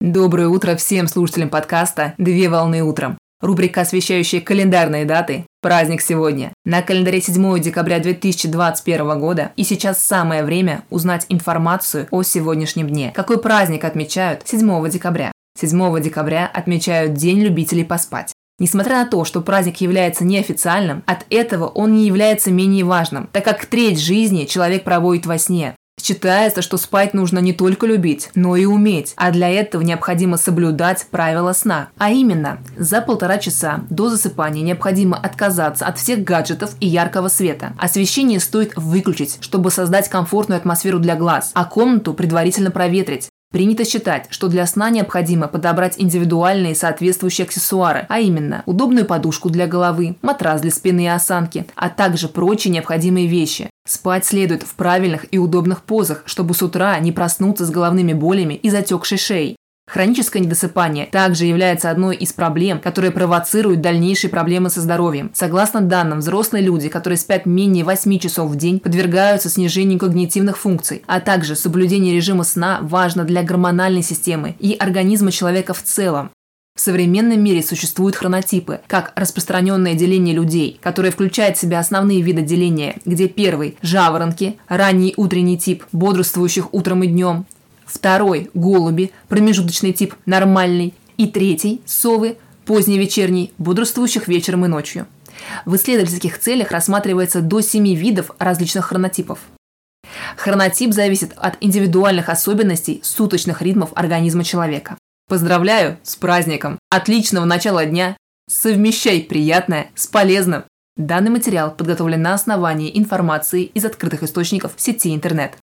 Доброе утро всем слушателям подкаста «Две волны утром». Рубрика, освещающая календарные даты. Праздник сегодня. На календаре 7 декабря 2021 года. И сейчас самое время узнать информацию о сегодняшнем дне. Какой праздник отмечают 7 декабря? 7 декабря отмечают День любителей поспать. Несмотря на то, что праздник является неофициальным, от этого он не является менее важным, так как треть жизни человек проводит во сне. Считается, что спать нужно не только любить, но и уметь, а для этого необходимо соблюдать правила сна. А именно, за 1,5 часа до засыпания необходимо отказаться от всех гаджетов и яркого света. Освещение стоит выключить, чтобы создать комфортную атмосферу для глаз, а комнату предварительно проветрить. Принято считать, что для сна необходимо подобрать индивидуальные соответствующие аксессуары, а именно удобную подушку для головы, матрас для спины и осанки, а также прочие необходимые вещи. Спать следует в правильных и удобных позах, чтобы с утра не проснуться с головными болями и затекшей шеей. Хроническое недосыпание также является одной из проблем, которые провоцируют дальнейшие проблемы со здоровьем. Согласно данным, взрослые люди, которые спят менее 8 часов в день, подвергаются снижению когнитивных функций, а также соблюдение режима сна важно для гормональной системы и организма человека в целом. В современном мире существуют хронотипы, как распространенное деление людей, которое включает в себя основные виды деления, где первый – жаворонки, ранний утренний тип, бодрствующих утром и днем, второй – голуби, промежуточный тип, нормальный, и третий – совы, поздневечерний, бодрствующих вечером и ночью. В исследовательских целях рассматривается до 7 видов различных хронотипов. Хронотип зависит от индивидуальных особенностей суточных ритмов организма человека. Поздравляю с праздником! Отличного начала дня! Совмещай приятное с полезным! Данный материал подготовлен на основании информации из открытых источников в сети интернет.